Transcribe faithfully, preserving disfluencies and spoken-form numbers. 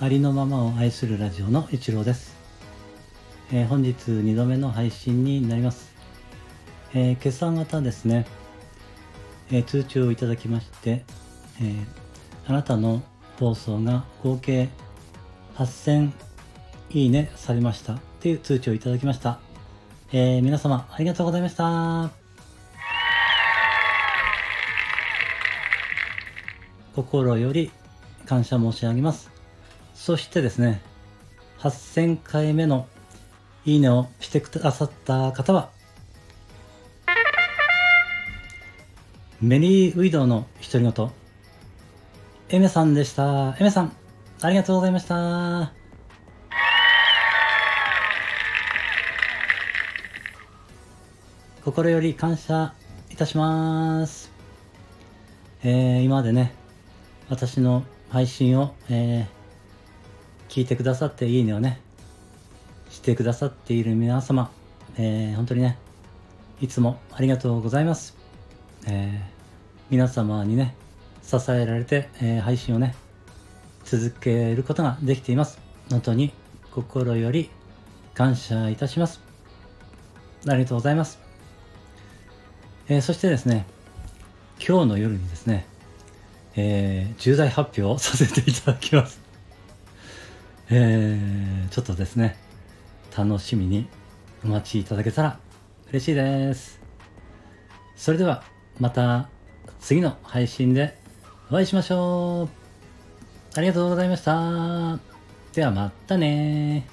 ありのままを愛するラジオの一郎です。えー本日にどめの配信になります。えー今朝方ですね、えー通知をいただきまして、えーあなたの放送が合計はっせんいいねされましたという通知をいただきました。えー皆様ありがとうございました。心より感謝申し上げます。そしてですね、はっせんかいめのいいねをしてくださった方は、メリーウィドウの独り言、エメさんでした。エメさん、ありがとうございました。心より感謝いたします。えー、今までね、私の配信を、えー、聞いてくださっていいねをね、してくださっている皆様、えー、本当にね、いつもありがとうございます。えー、皆様にね、支えられて、えー、配信をね、続けることができています。本当に心より感謝いたします。ありがとうございます。えー、そしてですね、今日の夜にですね、えー、重大発表をさせていただきます。えー、ちょっとですね、楽しみにお待ちいただけたら嬉しいです。それではまた次の配信でお会いしましょう。ありがとうございました。ではまたね。